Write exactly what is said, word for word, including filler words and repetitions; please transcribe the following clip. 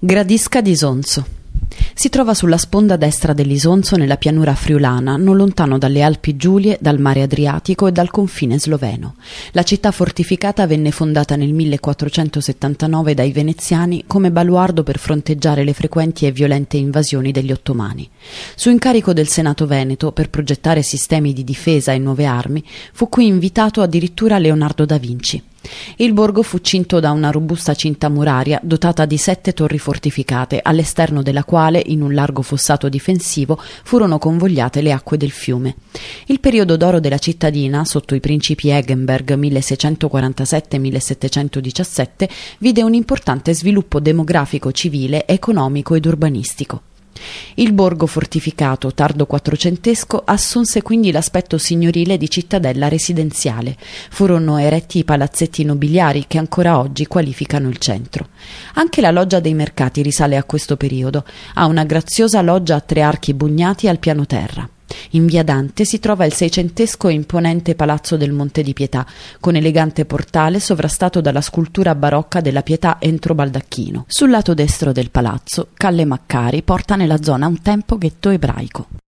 Gradisca d'Isonzo. Si trova sulla sponda destra dell'Isonzo nella pianura friulana, non lontano dalle Alpi Giulie, dal mare Adriatico e dal confine sloveno. La città fortificata venne fondata nel millequattrocentosettantanove dai veneziani come baluardo per fronteggiare le frequenti e violente invasioni degli ottomani. Su incarico del Senato veneto, per progettare sistemi di difesa e nuove armi, fu qui invitato addirittura Leonardo da Vinci. Il borgo fu cinto da una robusta cinta muraria dotata di sette torri fortificate, all'esterno della quale, in un largo fossato difensivo, furono convogliate le acque del fiume. Il periodo d'oro della cittadina, sotto i principi Eggenberg milleseicentoquarantasette millesettecentodiciassette, vide un importante sviluppo demografico, civile, economico ed urbanistico. Il borgo fortificato tardo quattrocentesco assunse quindi l'aspetto signorile di cittadella residenziale. Furono eretti i palazzetti nobiliari che ancora oggi qualificano il centro. Anche la loggia dei mercati risale a questo periodo. Ha una graziosa loggia a tre archi bugnati al piano terra. In via Dante si trova il seicentesco e imponente Palazzo del Monte di Pietà, con elegante portale sovrastato dalla scultura barocca della Pietà entro baldacchino. Sul lato destro del palazzo, Calle Maccari porta nella zona un tempo ghetto ebraico.